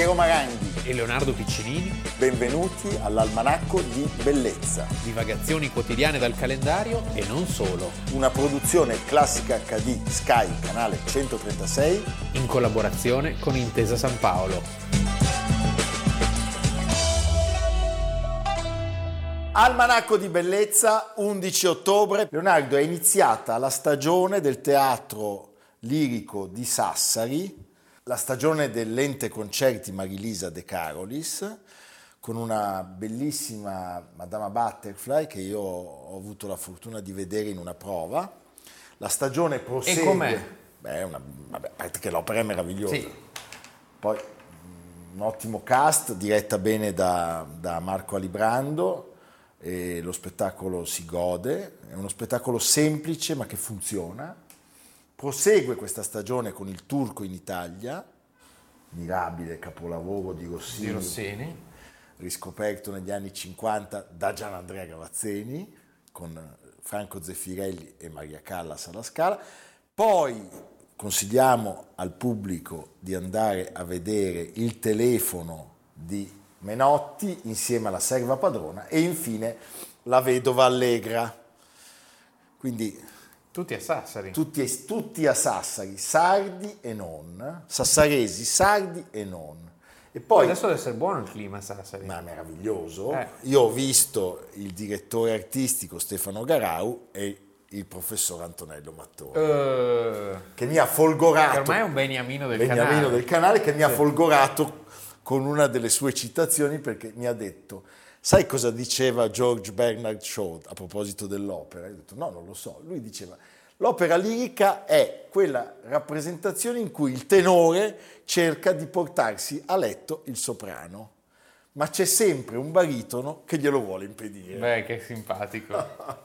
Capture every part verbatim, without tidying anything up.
Piero Maranghi e Leonardo Piccinini. Benvenuti all'Almanacco di Bellezza. Divagazioni quotidiane dal calendario e non solo. Una produzione Classica acca di Sky, canale centotrentasei. In collaborazione con Intesa San Paolo. Almanacco di Bellezza, undici ottobre. Leonardo, è iniziata la stagione del teatro lirico di Sassari, la stagione dell'Ente Concerti Marilisa De Carolis, con una bellissima Madama Butterfly che io ho avuto la fortuna di vedere in una prova. La stagione prosegue. E com'è? Beh, una, vabbè, a parte che l'opera è meravigliosa. Sì. Poi un ottimo cast, diretta bene da, da Marco Alibrando. E lo spettacolo si gode, è uno spettacolo semplice ma che funziona. Prosegue questa stagione con Il Turco in Italia, mirabile capolavoro di Rossini, di Rossini, riscoperto negli anni cinquanta da Gianandrea Gavazzeni, con Franco Zeffirelli e Maria Callas alla Scala. Poi consigliamo al pubblico di andare a vedere Il Telefono di Menotti insieme alla serva padrona e infine La vedova allegra. Quindi tutti a Sassari. Tutti, tutti a Sassari, sardi e non, sassaresi, sardi e non. E poi adesso deve essere buono il clima a Sassari. Ma meraviglioso. Eh. Io ho visto il direttore artistico Stefano Garau e il professor Antonello Mattoni, uh, che mi ha folgorato. Che ormai è un beniamino del beniamino canale. del canale che mi sì. ha folgorato con una delle sue citazioni, perché mi ha detto: sai cosa diceva George Bernard Shaw a proposito dell'opera? Io ho detto no, non lo so. Lui diceva: l'opera lirica è quella rappresentazione in cui il tenore cerca di portarsi a letto il soprano, ma c'è sempre un baritono che glielo vuole impedire. Beh, che simpatico.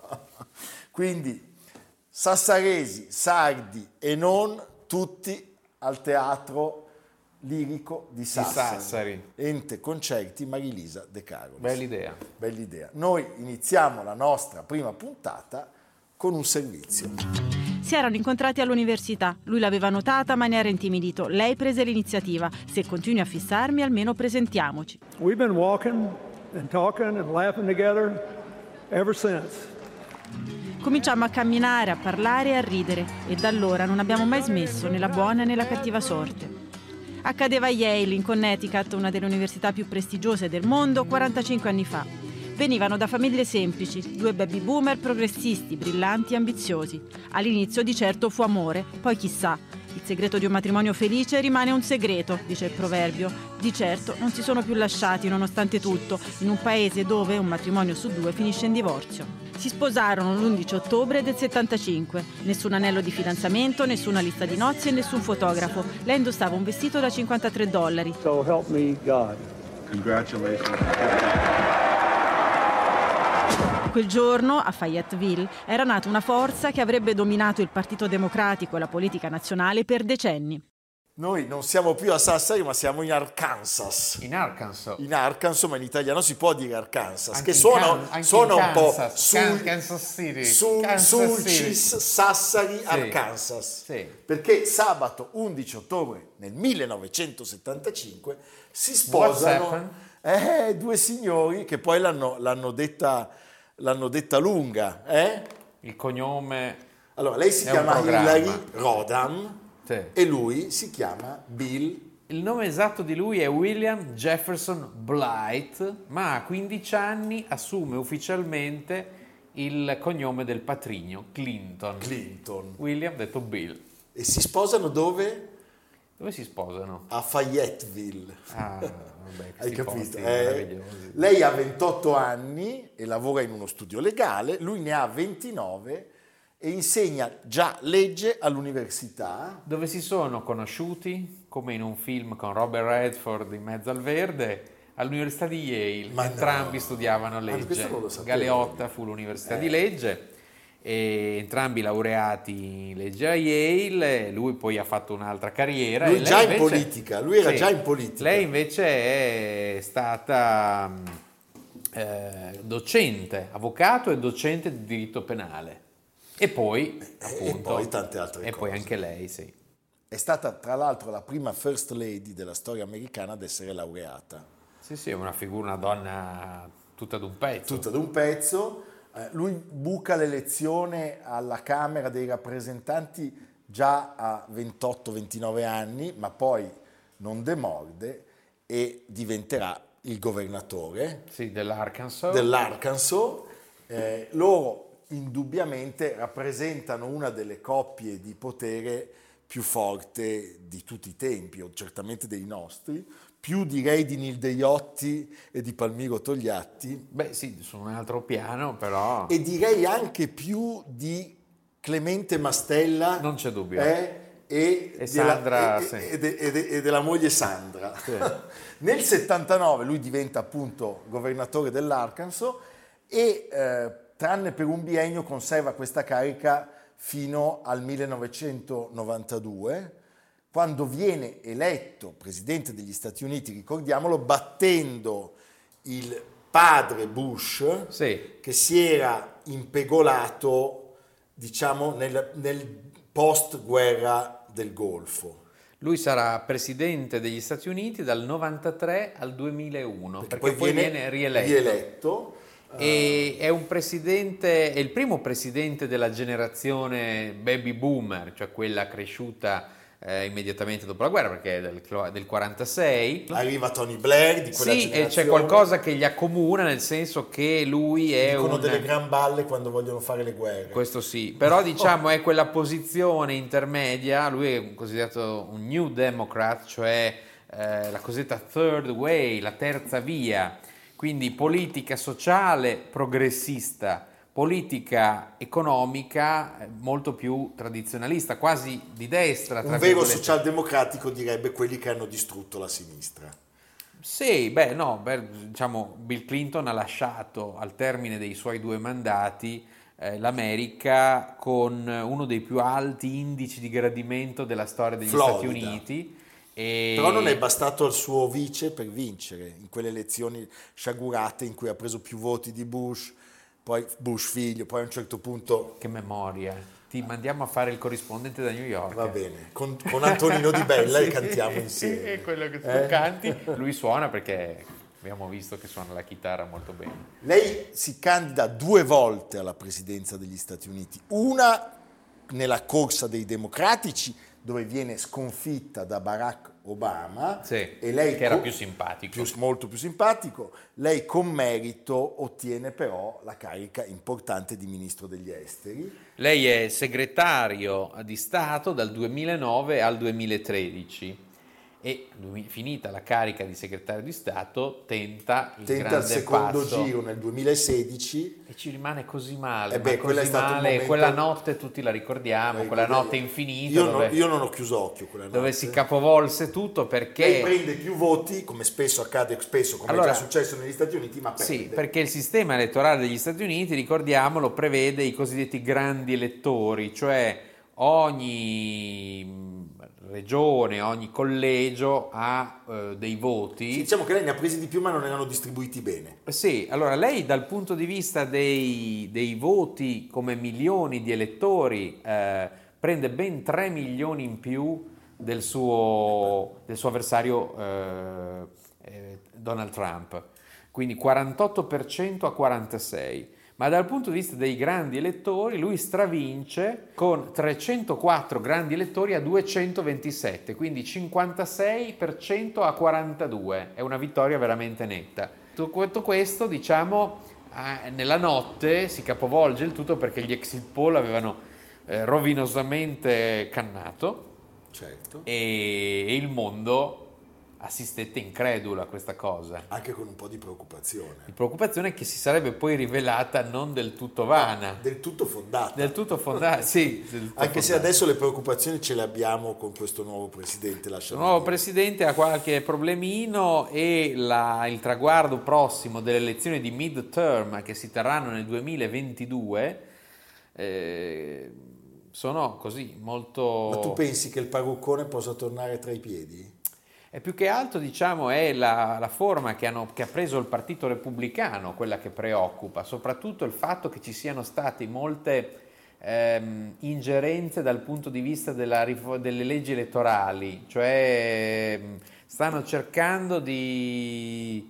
Quindi sassaresi, sardi e non, tutti al teatro lirico di Sassari. di Sassari. Ente Concerti Marilisa De Carolis. Bell'idea. Bell'idea. Noi iniziamo la nostra prima puntata con un servizio. Si erano incontrati all'università, lui l'aveva notata ma ne era intimidito. Lei prese l'iniziativa: se continui a fissarmi almeno presentiamoci. We've been walking and talking and laughing together ever since. Cominciamo a camminare, a parlare e a ridere e da allora non abbiamo mai smesso, né la buona né la cattiva sorte. Accadeva a Yale, in Connecticut, una delle università più prestigiose del mondo, quarantacinque anni fa. Venivano da famiglie semplici, due baby boomer progressisti, brillanti e ambiziosi. All'inizio di certo fu amore, poi chissà. Il segreto di un matrimonio felice rimane un segreto, dice il proverbio. Di certo non si sono più lasciati nonostante tutto, in un paese dove un matrimonio su due finisce in divorzio. Si sposarono l'undici ottobre del settantacinque. Nessun anello di fidanzamento, nessuna lista di nozze e nessun fotografo. Lei indossava un vestito da cinquantatré dollari. So help me God. Congratulations. Quel giorno, a Fayetteville, era nata una forza che avrebbe dominato il Partito Democratico e la politica nazionale per decenni. Noi non siamo più a Sassari, ma siamo in Arkansas. In Arkansas. In Arkansas, ma in italiano si può dire Arkansas, Anche che suona, Can- anche suona in un po' Kansas. sul, Kansas City. sul, Kansas Sulcis, City. Sassari, Sì. Arkansas. Sì. Perché sabato undici ottobre nel millenovecentosettantacinque si What's sposano eh, due signori che poi l'hanno, l'hanno, detta, l'hanno detta lunga. Eh? Il cognome. Allora, lei si è chiama un programma. Hillary Rodham. Sì. E lui si chiama Bill. Il nome esatto di lui è William Jefferson Blight, ma a quindici anni assume ufficialmente il cognome del patrigno, Clinton. Clinton. William, detto Bill. E si sposano dove? Dove si sposano? A Fayetteville. Ah, vabbè, Hai questi capito? posti Eh, meravigliosi. lei ha ventotto anni e lavora in uno studio legale, lui ne ha ventinove e insegna già legge all'università. Dove si sono conosciuti, come in un film con Robert Redford in mezzo al verde, all'Università di Yale. Ma Entrambi no. studiavano Ah, legge. questo non lo sapevo. Galeotta fu l'Università Eh. di legge, e entrambi laureati in legge a Yale. Lui poi ha fatto un'altra carriera. Lui e lei già in invece- politica, lui era Sì. già in politica. Lei invece è stata eh, docente, avvocato e docente di diritto penale. E poi, E appunto, poi tante altre e cose. poi anche lei, sì. È stata tra l'altro la prima First Lady della storia americana ad essere laureata. Sì, sì, è una figura, una donna tutta d'un pezzo. Tutta d'un pezzo. Eh, lui buca l'elezione alla Camera dei rappresentanti già a ventotto ventinove anni, ma poi non demorde e diventerà il governatore sì, dell'Arkansas. dell'Arkansas. Eh, loro indubbiamente rappresentano una delle coppie di potere più forte di tutti i tempi, o certamente dei nostri, più direi di Nilde Iotti e di Palmiro Togliatti. Beh sì, su un altro piano però. E direi anche più di Clemente Mastella. Non c'è dubbio. Eh, e, e Sandra, della, sì. e, e, de, e, de, e della moglie Sandra. Sì. Nel settantanove lui diventa appunto governatore dell'Arkansas e eh, tranne per un biennio conserva questa carica fino al millenovecentonovantadue, quando viene eletto presidente degli Stati Uniti, ricordiamolo, battendo il padre Bush, sì. che si era impegolato, diciamo, nel, nel post-guerra del Golfo. Lui sarà presidente degli Stati Uniti dal novantatré al duemilauno, perché, perché poi, poi viene, viene rieletto. rieletto. E è un presidente, è il primo presidente della generazione baby boomer, cioè quella cresciuta eh, immediatamente dopo la guerra, perché è del, del quarantasei. Arriva Tony Blair di quella sì, generazione. E c'è qualcosa che gli accomuna, nel senso che lui è Dicono un... delle gran balle quando vogliono fare le guerre. Questo sì, però diciamo è quella posizione intermedia, lui è considerato un New Democrat, cioè eh, la cosiddetta third way, la terza via. Quindi politica sociale progressista, politica economica molto più tradizionalista, quasi di destra. Un vero socialdemocratico direbbe quelli che hanno distrutto la sinistra. Sì, beh no, beh, diciamo Bill Clinton ha lasciato al termine dei suoi due mandati eh, l'America con uno dei più alti indici di gradimento della storia degli Florida. Stati Uniti. E... Però non è bastato al suo vice per vincere in quelle elezioni sciagurate in cui ha preso più voti di Bush, poi Bush figlio, poi a un certo punto... Che memoria, ti mandiamo a fare il corrispondente da New York. Va bene, con, con Antonino Di Bella sì, e cantiamo insieme. È quello che tu eh? canti, lui suona perché abbiamo visto che suona la chitarra molto bene. Lei si candida due volte alla presidenza degli Stati Uniti, una nella corsa dei democratici, dove viene sconfitta da Barack Obama, sì, e lei che era co- più simpatico. Più, molto più simpatico. Lei con merito ottiene però la carica importante di ministro degli esteri. Lei è segretario di Stato dal duemilanove al duemilatredici e finita la carica di segretario di Stato tenta il tenta grande il secondo passo. giro nel duemilasedici e ci rimane così male, eh beh, ma così è stato male. un momento... Quella notte tutti la ricordiamo, eh, quella quella... notte infinita io, dove... non, io non ho chiuso occhio quella notte, dove si capovolse tutto, perché lei prende più voti, come spesso accade, spesso come allora, è già successo negli Stati Uniti, ma perde. Sì, perché il sistema elettorale degli Stati Uniti, ricordiamolo, prevede i cosiddetti grandi elettori, cioè ogni regione, ogni collegio ha eh, dei voti. Sì, diciamo che lei ne ha presi di più ma non erano distribuiti bene. Sì, allora lei dal punto di vista dei, dei voti come milioni di elettori eh, prende ben tre milioni in più del suo, del suo avversario eh, eh, Donald Trump, quindi quarantotto per cento a quarantasei. Ma dal punto di vista dei grandi elettori lui stravince con trecentoquattro grandi elettori a duecentoventisette, quindi cinquantasei per cento a quarantadue, è una vittoria veramente netta. Tutto questo, diciamo, nella notte si capovolge il tutto perché gli exit poll avevano eh, rovinosamente cannato. Certo. E, e il mondo assistette incredulo a questa cosa. Anche con un po' di preoccupazione. Di preoccupazione che si sarebbe poi rivelata non del tutto vana. No, del tutto fondata. Del tutto fondata, sì. Del tutto Anche fondata. se adesso le preoccupazioni ce le abbiamo con questo nuovo presidente. Il nuovo dire. presidente ha qualche problemino e la, il traguardo prossimo delle elezioni di mid-term che si terranno nel duemilaventidue eh, sono così molto... Ma tu pensi che il parruccone possa tornare tra i piedi? E più che altro, diciamo, è la, la forma che, hanno, che ha preso il Partito Repubblicano, quella che preoccupa, soprattutto il fatto che ci siano state molte ehm, ingerenze dal punto di vista della, delle leggi elettorali, cioè stanno cercando di...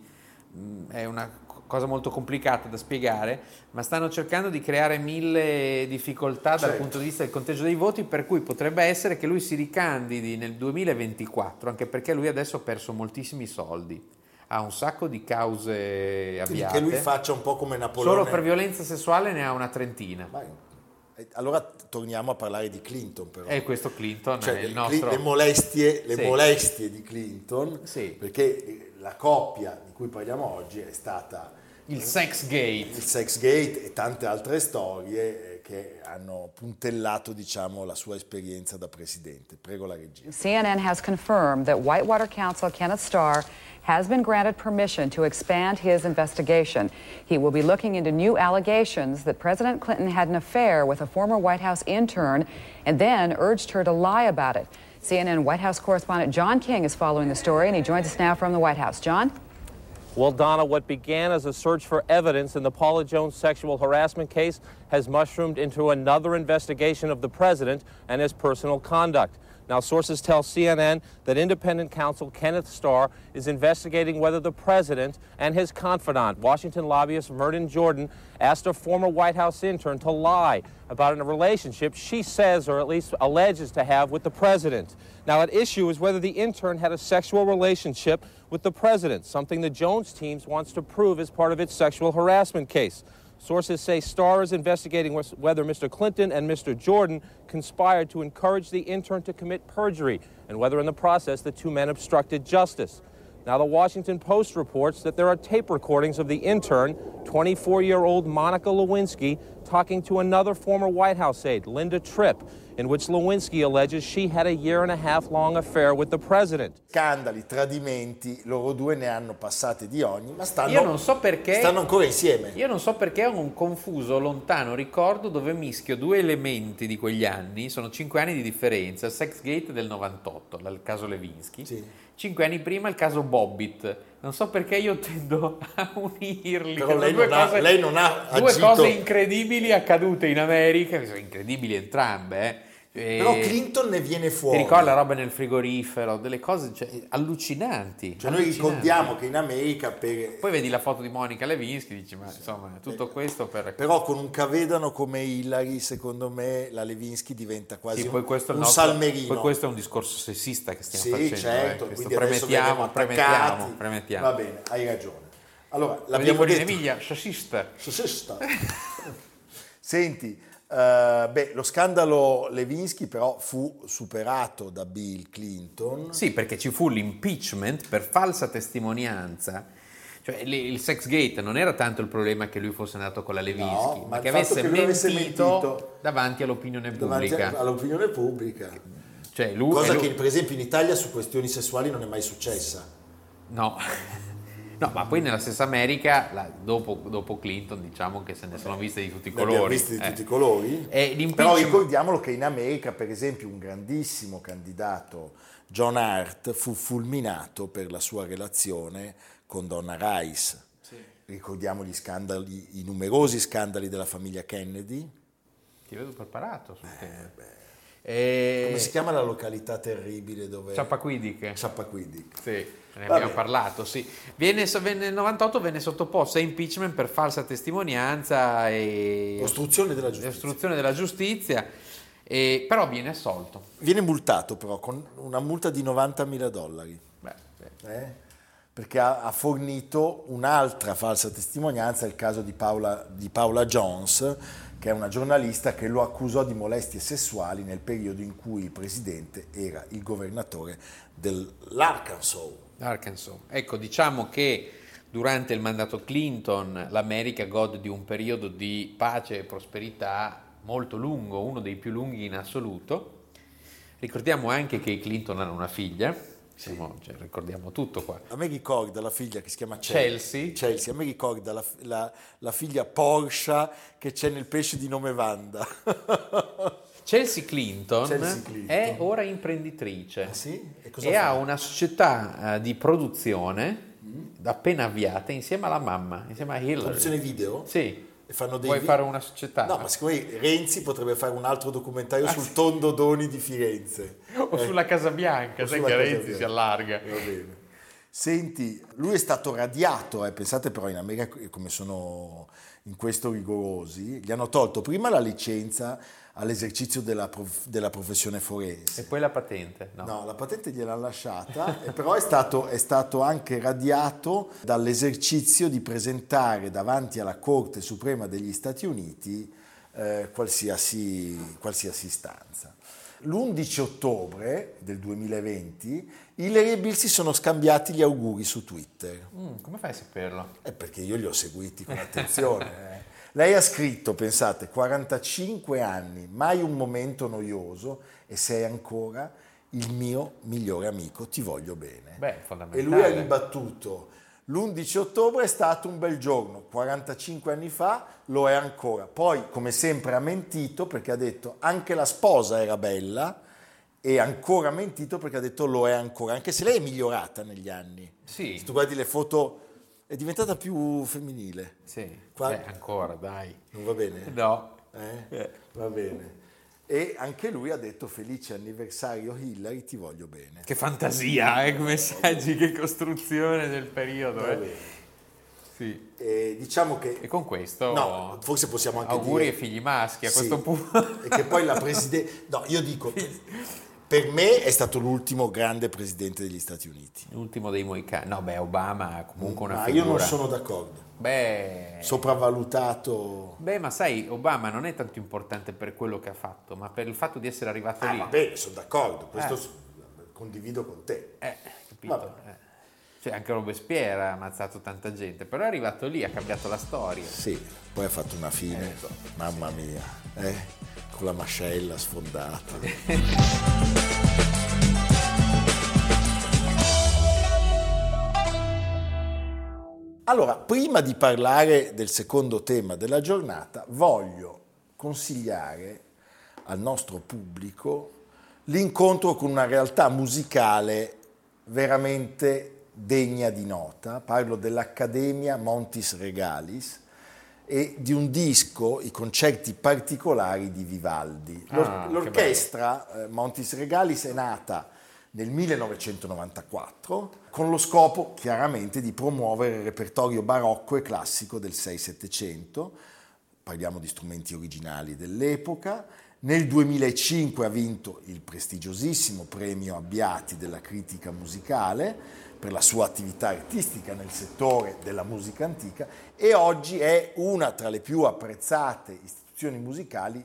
è una cosa molto complicata da spiegare, ma stanno cercando di creare mille difficoltà dal certo. punto di vista del conteggio dei voti, per cui potrebbe essere che lui si ricandidi nel duemilaventiquattro, anche perché lui adesso ha perso moltissimi soldi, ha un sacco di cause avviate. Quindi che lui faccia un po' come Napoleone. Solo per violenza sessuale ne ha una trentina. Vai. Allora torniamo a parlare di Clinton, però. E questo Clinton cioè, è il nostro... le molestie, le Sì. molestie di Clinton, Sì. perché la coppia di cui parliamo oggi è stata il sex gate. il sex gate e tante altre storie che hanno puntellato, diciamo, la sua esperienza da presidente. Prego la regia. C N N has confirmed that Whitewater counsel Kenneth Starr has been granted permission to expand his investigation. He will be looking into new allegations that President Clinton had an affair with a former White House intern and then urged her to lie about it. C N N White House correspondent John King is following the story, and he joins us now from the White House. John? Well, Donna, what began as a search for evidence in the Paula Jones sexual harassment case has mushroomed into another investigation of the president and his personal conduct. Now, sources tell C N N that independent counsel Kenneth Starr is investigating whether the president and his confidant, Washington lobbyist Merton Jordan, asked a former White House intern to lie about a relationship she says, or at least alleges to have, with the president. Now, at issue is whether the intern had a sexual relationship with the president, something the Jones team wants to prove as part of its sexual harassment case. Sources say Starr is investigating whether Mister Clinton and Mister Jordan conspired to encourage the intern to commit perjury, and whether in the process the two men obstructed justice. Now, the Washington Post reports that there are tape recordings of the intern, twenty-four-year-old Monica Lewinsky, talking to another former White House aide, Linda Tripp, in which Lewinsky alleges she had a year and a half long affair with the president. Scandali, tradimenti, loro due ne hanno passate di ogni, ma stanno, Io non so perché, stanno ancora insieme. Io non so perché ho un confuso, lontano ricordo dove mischio due elementi di quegli anni, sono cinque anni di differenza, il Sex Gate del novantotto, il caso Lewinsky, Sì. cinque anni prima il caso Bobbitt. Non so perché io tendo a unirli. Però lei due non, cose, ha, lei non ha due agito... cose incredibili accadute in America, che sono incredibili entrambe, eh. E Però Clinton ne viene fuori. ti ricordi la roba nel frigorifero, delle cose, cioè, allucinanti. Cioè noi allucinanti. ricordiamo che in America per... Poi vedi la foto di Monica Lewinsky e dici, ma insomma, tutto questo per... Però con un cavedano come Hillary, secondo me, la Lewinsky diventa quasi Sì, poi questo è un il nostro- salmerino. Poi questo è un discorso sessista che stiamo Sì, facendo. certo, eh. Questo quindi adesso premettiamo, verremo premettiamo, attaccati. premettiamo. Va bene, hai ragione. Allora, Come l'abbiamo dicono in detto... Emilia, sessista. Sessista. Senti, Uh, beh, lo scandalo Lewinsky però fu superato da Bill Clinton. Sì, perché ci fu l'impeachment per falsa testimonianza. Cioè, il sex gate non era tanto il problema che lui fosse andato con la Lewinsky, No, ma ma che il avesse, fatto che lui avesse mentito, mentito davanti all'opinione davanti pubblica. all'opinione pubblica. Cioè, lui, Cosa lui... che per esempio in Italia su questioni sessuali non è mai successa. No. No, ma poi nella stessa America, la, dopo, dopo Clinton, diciamo che se ne sono viste di tutti i Ne abbiamo colori. visti di eh. tutti i colori. E Però ricordiamolo che in America, per esempio, un grandissimo candidato, John Hart, fu fulminato per la sua relazione con Donna Rice. Sì. Ricordiamo gli scandali, i numerosi scandali della famiglia Kennedy. Ti vedo preparato sul tema. Eh, E... Come si chiama la località terribile dove... Chappaquiddick. Chappaquiddick. Sì, ne Va abbiamo bene. parlato, sì. Viene, venne, nel novantotto venne sottoposto a impeachment per falsa testimonianza e... Ostruzione della giustizia. Ostruzione della giustizia, e, però viene assolto. Viene multato però con una multa di novantamila dollari. Beh, beh. Eh? Perché ha, ha fornito un'altra falsa testimonianza, il caso di Paula, di Paula Jones, che è una giornalista che lo accusò di molestie sessuali nel periodo in cui il presidente era il governatore dell'Arkansas. Arkansas. Ecco, diciamo che durante il mandato Clinton l'America gode di un periodo di pace e prosperità molto lungo, uno dei più lunghi in assoluto. Ricordiamo anche che i Clinton hanno una figlia. Siamo, cioè, ricordiamo tutto qua. A me ricorda la figlia che si chiama Chelsea. Chelsea. A me ricorda la, la, la figlia Porsche che c'è nel pesce di nome Wanda. Chelsea Clinton, Chelsea Clinton. è ora imprenditrice Ah, sì? E cosa e fa? ha una società uh, di produzione mm. appena avviata insieme alla mamma, insieme a Hillary. Produzione video? Sì. e fanno dei Vuoi vi- fare una società? No, ma secondo me Renzi potrebbe fare un altro documentario ah, sul sì. Tondo Doni di Firenze. O eh. sulla Casa Bianca, o sai che Renzi Bianca. Si allarga. Va bene. Senti, lui è stato radiato, eh, pensate però in America come sono in questo rigorosi, gli hanno tolto prima la licenza all'esercizio della, prof, della professione forense. E poi la patente? No, no la patente gliel'ha lasciata, e però è stato, è stato anche radiato dall'esercizio di presentare davanti alla Corte Suprema degli Stati Uniti eh, qualsiasi, qualsiasi istanza. L'undici ottobre del duemilaventi Hillary e Bill si sono scambiati gli auguri su Twitter. Mm, come fai a saperlo? È perché io li ho seguiti con attenzione. eh. Lei ha scritto, pensate, quarantacinque anni, mai un momento noioso e sei ancora il mio migliore amico, ti voglio bene. Beh, fondamentale. E lui ha ribattuto, l'undici ottobre è stato un bel giorno, quarantacinque anni fa lo è ancora. Poi, come sempre, ha mentito perché ha detto anche la sposa era bella, e ancora mentito perché ha detto lo è ancora, anche se lei è migliorata negli anni. Sì. Se tu guardi le foto è diventata più femminile. Sì, Qua... Beh, ancora, dai. Non va bene? No. Eh? Eh. Va bene. E anche lui ha detto felice anniversario Hillary, ti voglio bene. Che fantasia, eh, messaggi, che costruzione del periodo. Va eh. bene. Sì. E diciamo che... E con questo... No, forse possiamo anche auguri dire... ai figli maschi a sì, questo punto. E che poi la presidente... No, io dico... Per me è stato l'ultimo grande presidente degli Stati Uniti. L'ultimo dei moicani. No, beh, Obama comunque una ma figura. io non sono d'accordo. Beh... Sopravvalutato. Beh, ma sai, Obama non è tanto importante per quello che ha fatto, ma per il fatto di essere arrivato ah, lì. Va bene, sono d'accordo, questo eh. condivido con te. Eh, capito? Eh. Cioè, anche Robespierre ha ammazzato tanta gente, però è arrivato lì, ha cambiato la storia. Sì, poi ha fatto una fine, eh, so. mamma mia, eh? Con la mascella sfondata. Allora, prima di parlare del secondo tema della giornata, voglio consigliare al nostro pubblico l'incontro con una realtà musicale veramente degna di nota. Parlo dell'Accademia Montis Regalis e di un disco, i concerti particolari di Vivaldi. L'or- ah, l'orchestra eh, Montis Regalis è nata nel millenovecentonovantaquattro con lo scopo chiaramente di promuovere il repertorio barocco e classico del sei settecento, parliamo di strumenti originali dell'epoca. Nel duemilacinque ha vinto il prestigiosissimo premio Abbiati della critica musicale per la sua attività artistica nel settore della musica antica e oggi è una tra le più apprezzate istituzioni musicali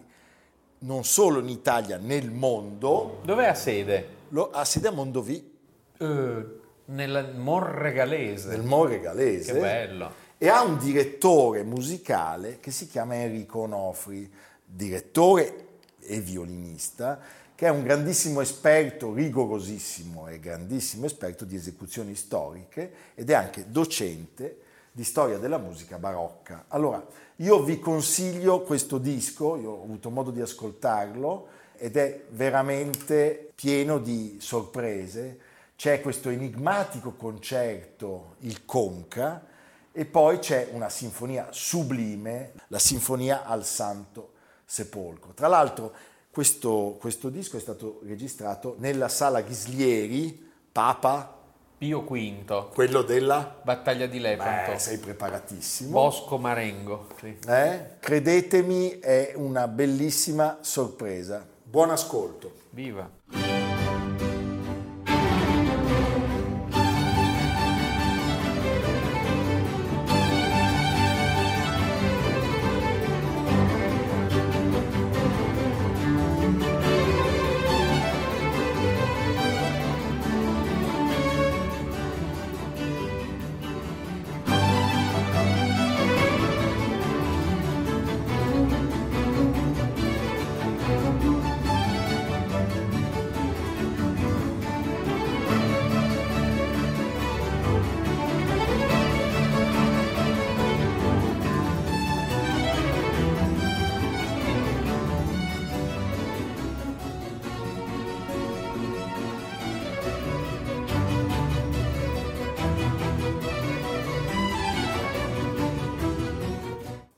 non solo in Italia, nel mondo. Dove ha sede? Lo, ha sede a Mondovì. Uh, nel Monregalese. Nel Monregalese. Che bello. E ha un direttore musicale che si chiama Enrico Onofri, direttore e violinista, che è un grandissimo esperto, rigorosissimo e grandissimo esperto di esecuzioni storiche ed è anche docente di storia della musica barocca. Allora, io vi consiglio questo disco, io ho avuto modo di ascoltarlo ed è veramente pieno di sorprese. C'è questo enigmatico concerto, il Conca, e poi c'è una sinfonia sublime, la Sinfonia al Santo Sepolcro. Tra l'altro questo, questo disco è stato registrato nella Sala Ghislieri, Papa Pio V, quello della battaglia di Lepanto. Beh, sei preparatissimo. Bosco Marengo. Sì. Eh? Credetemi, è una bellissima sorpresa. Buon ascolto. Viva!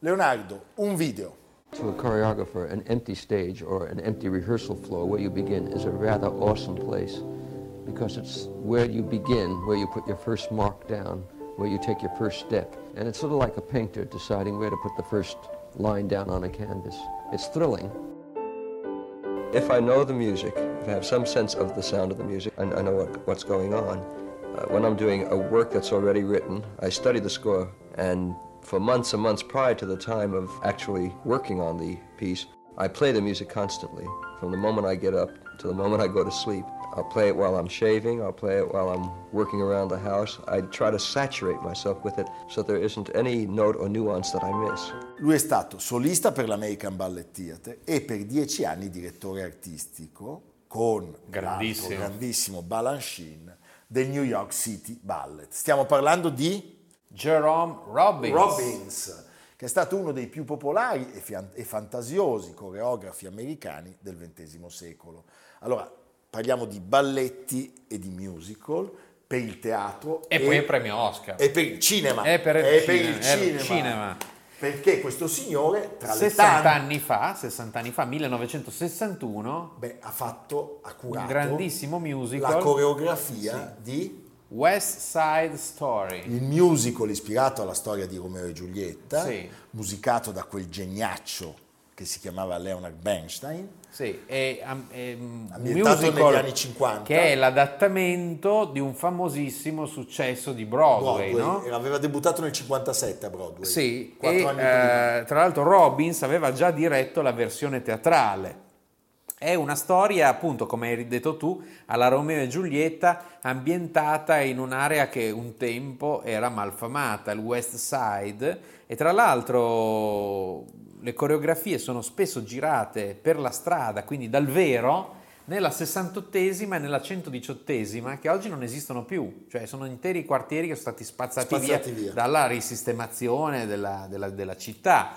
Leonardo, un video. To a choreographer, an empty stage or an empty rehearsal floor where you begin is a rather awesome place because it's where you begin, where you put your first mark down, where you take your first step. And it's sort of like a painter deciding where to put the first line down on a canvas. It's thrilling. If I know the music, if I have some sense of the sound of the music, and I know what, what's going on, uh, when I'm doing a work that's already written, I study the score, and for months and months prior to the time of actually working on the piece, I play the music constantly, from the moment I get up to the moment I go to sleep. I'll play it while I'm shaving, I'll play it while I'm working around the house. I try to saturate myself with it so there isn't any note or nuance that I miss. Lui è stato solista per l'American Ballet Theatre e per dieci anni direttore artistico con grandissimo, l'altro grandissimo Balanchine del New York City Ballet. Stiamo parlando di Jerome Robbins. Robbins, che è stato uno dei più popolari e, fian- e fantasiosi coreografi americani del ventesimo secolo. Allora, parliamo di balletti e di musical per il teatro e, e poi il premio Oscar e per il cinema e per il, e cinema, per il cinema. cinema. cinema Perché questo signore tra sessanta le tante anni fa sessanta anni fa millenovecentosessantuno beh, ha fatto ha curato un grandissimo musical, la coreografia sì. di West Side Story, il musical ispirato alla storia di Romeo e Giulietta, sì. musicato da quel geniaccio che si chiamava Leonard Bernstein. Sì, è, è un ambientato musical negli anni cinquanta, che è l'adattamento di un famosissimo successo di Broadway, Broadway no? Aveva debuttato nel cinquantasette a Broadway. Sì, Quattro e anni prima. eh, tra l'altro Robbins aveva già diretto la versione teatrale. È una storia, appunto, come hai detto tu, alla Romeo e Giulietta, ambientata in un'area che un tempo era malfamata, il West Side, e tra l'altro le coreografie sono spesso girate per la strada, quindi dal vero, nella sessantottesima e nella centodiciottesima, che oggi non esistono più, cioè sono interi quartieri che sono stati spazzati, spazzati via, via dalla risistemazione della, della, della città.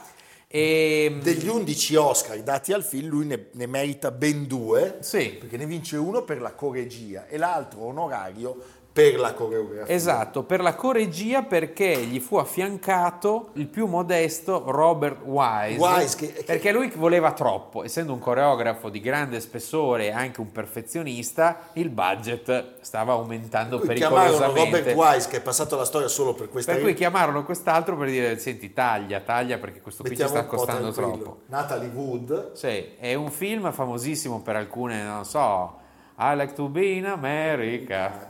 E degli undici Oscar dati al film lui ne, ne merita ben due, sì. perché ne vince uno per la coregia e l'altro onorario per la coreografia. Esatto, per la coregia, perché gli fu affiancato il più modesto Robert Wise, Wise che, che... perché lui voleva troppo, essendo un coreografo di grande spessore e anche un perfezionista, il budget stava aumentando per pericolosamente. Chiamarono Robert Wise, che è passato alla storia solo per questa per cui chiamarono quest'altro per dire: senti, taglia, taglia, perché questo Mettiamo qui ci sta costando troppo. Natalie Wood. Sì, è un film famosissimo per alcune, non so, I like to be in America,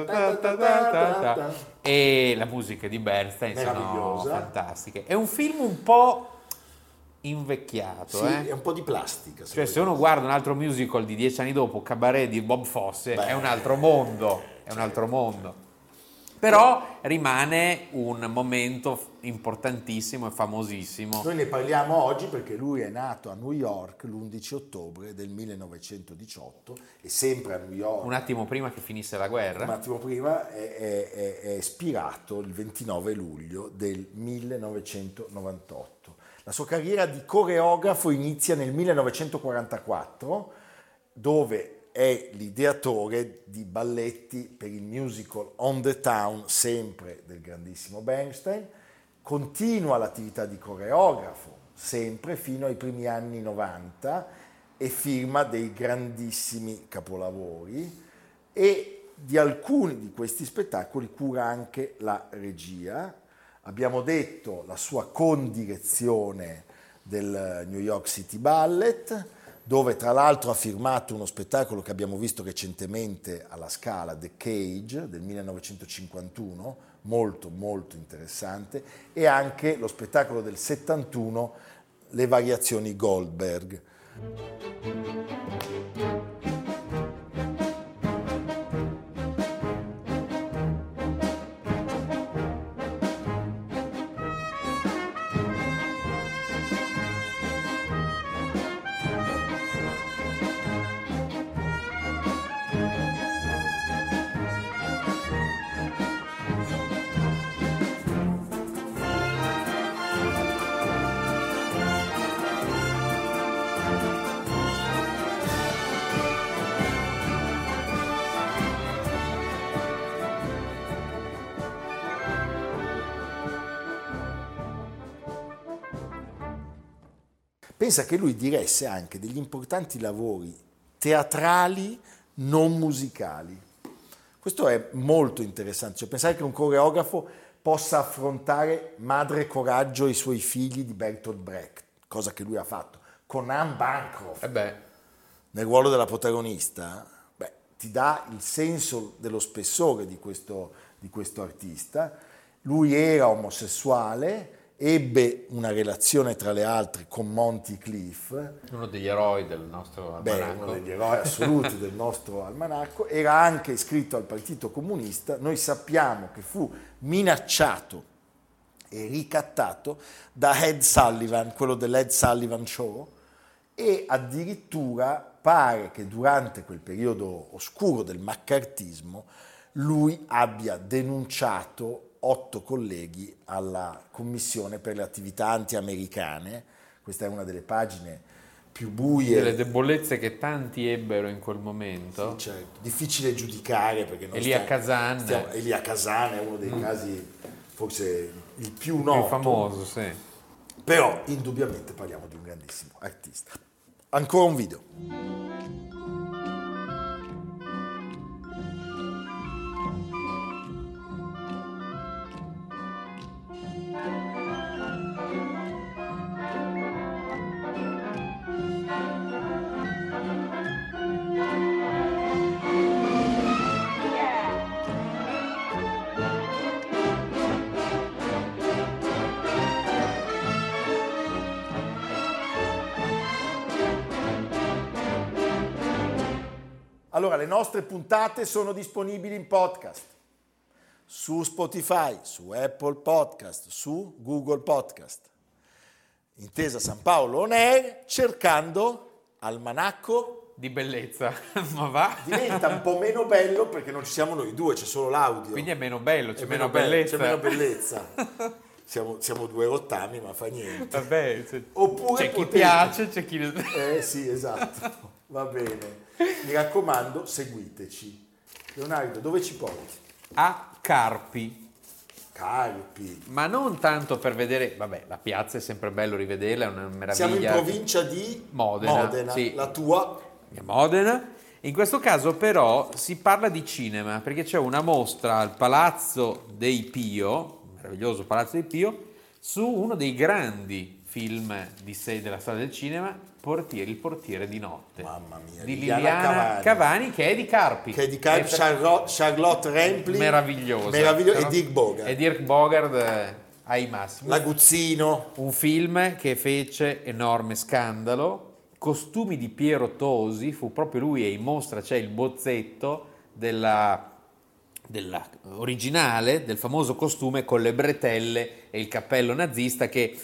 e la musica di Bernstein sono fantastiche. È un film un po' invecchiato, sì, eh? è un po' di plastica. Se cioè, se uno guarda un altro musical di dieci anni dopo, Cabaret di Bob Fosse, Beh, è un altro mondo, è un altro mondo. Però rimane un momento importantissimo e famosissimo. Noi ne parliamo oggi perché lui è nato a New York l'undici ottobre del millenovecentodiciotto e sempre a New York. Un attimo prima che finisse la guerra. Un attimo prima è, è, è espirato il ventinove luglio del millenovecentonovantotto. La sua carriera di coreografo inizia nel millenovecentoquarantaquattro, dove è l'ideatore di balletti per il musical On the Town, sempre del grandissimo Bernstein. Continua l'attività di coreografo, sempre fino ai primi anni novanta, e firma dei grandissimi capolavori, e di alcuni di questi spettacoli cura anche la regia. Abbiamo detto la sua condirezione del New York City Ballet, dove tra l'altro ha firmato uno spettacolo che abbiamo visto recentemente alla Scala, The Cage, del millenovecentocinquantuno, molto molto interessante, e anche lo spettacolo del settantuno, Le variazioni Goldberg. Pensa che lui diresse anche degli importanti lavori teatrali non musicali. Questo è molto interessante, cioè pensare che un coreografo possa affrontare Madre Coraggio e i suoi figli di Bertolt Brecht, cosa che lui ha fatto, con Anne Bancroft Eh beh. nel ruolo della protagonista, beh, ti dà il senso dello spessore di questo, di questo artista. Lui era omosessuale, ebbe una relazione tra le altre con Monty Cliff, Uno degli eroi del nostro beh, almanacco. uno degli eroi assoluti del nostro almanacco, era anche iscritto al Partito Comunista. Noi sappiamo che fu minacciato e ricattato da Ed Sullivan, quello dell'Ed Sullivan Show, e addirittura pare che durante quel periodo oscuro del maccartismo lui abbia denunciato otto colleghi alla Commissione per le attività anti-americane. Questa è una delle pagine più buie. Delle debolezze che tanti ebbero in quel momento. Sì, certo. Difficile giudicare perché noi Elia stiamo- Kazan. stiamo- Elia Kazan è uno dei casi forse il più Più noto, famoso, sì. però indubbiamente parliamo di un grandissimo artista. Ancora un video. Allora, le nostre puntate sono disponibili in podcast su Spotify, su Apple Podcast, su Google Podcast. Intesa San Paolo On Air, cercando Almanacco. Di bellezza, ma va? Diventa un po' meno bello perché non ci siamo noi due, c'è solo l'audio. Quindi è meno bello, c'è È meno, bello, bellezza. C'è meno bellezza. siamo, siamo due rottami, ma fa niente. Vabbè, c'è, Oppure c'è chi potete- piace, c'è chi... Eh sì, esatto. Va bene. Mi raccomando, seguiteci. Leonardo, dove ci porti? A Carpi. Carpi. Ma non tanto per vedere, vabbè, la piazza è sempre bello rivederla, è una meraviglia. Siamo in provincia di Modena, sì. la tua. a Modena. In questo caso però si parla di cinema, perché c'è una mostra al Palazzo dei Pio, meraviglioso Palazzo dei Pio, su uno dei grandi film di sé della storia del cinema, Portiere, Il portiere di notte. Mamma mia, Di Liliana Liliana Cavani. Cavani, che è di Carpi. Che è di Carpi, È per- Charlotte, Charlotte Rampling. meravigliosa. Meravigliosa. Però- E Dirk Bogart. E Dirk Bogart eh, ai massimi. L'aguzzino. Un film che fece enorme scandalo, costumi di Piero Tosi, fu proprio lui, e in mostra c'è il bozzetto della, della originale, del famoso costume con le bretelle e il cappello nazista, che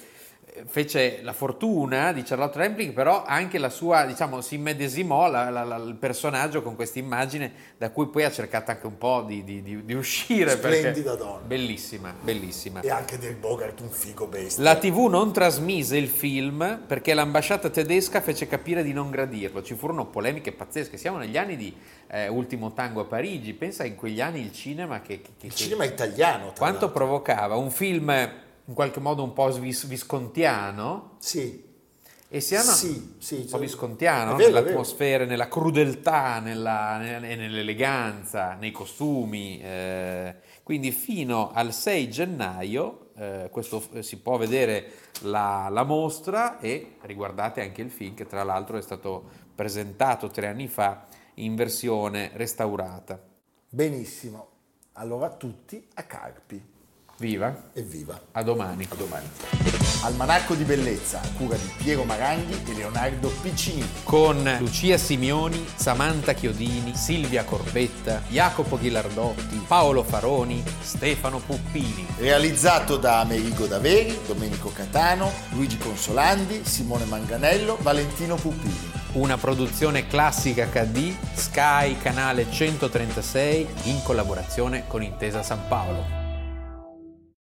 fece la fortuna di Charlotte Rampling, però anche la sua, diciamo, si immedesimò la, la, la, il personaggio con questa immagine, da cui poi ha cercato anche un po' di, di, di, di uscire. Splendida perché donna. Bellissima, bellissima. E anche Dirk Bogart, un figo bestia. La tivù non trasmise il film perché l'ambasciata tedesca fece capire di non gradirlo. Ci furono polemiche pazzesche. Siamo negli anni di eh, Ultimo Tango a Parigi. Pensa in quegli anni il cinema che... che- Il che- cinema italiano, tra quanto l'altro. provocava. Un film in qualche modo un po' svis- viscontiano, Sì. e si hanno Sì, sì, un po' cioè- viscontiano, è vero, è vero. nell'atmosfera, nella crudeltà, nella, nella- e nell'eleganza, nei costumi. eh. Quindi fino al sei gennaio, eh, questo f- si può vedere la, la mostra, e riguardate anche il film, che tra l'altro è stato presentato tre anni fa in versione restaurata. Benissimo. Allora tutti a Carpi. Viva, Evviva. a domani. A domani. Almanacco di bellezza, a cura di Piero Maranghi e Leonardo Piccini. Con Lucia Simioni, Samantha Chiodini, Silvia Corbetta, Jacopo Ghilardotti, Paolo Faroni, Stefano Puppini. Realizzato da Amerigo Daveri, Domenico Catano, Luigi Consolandi, Simone Manganello, Valentino Puppini. Una produzione Classica acca di, Sky canale centotrentasei, in collaborazione con Intesa San Paolo.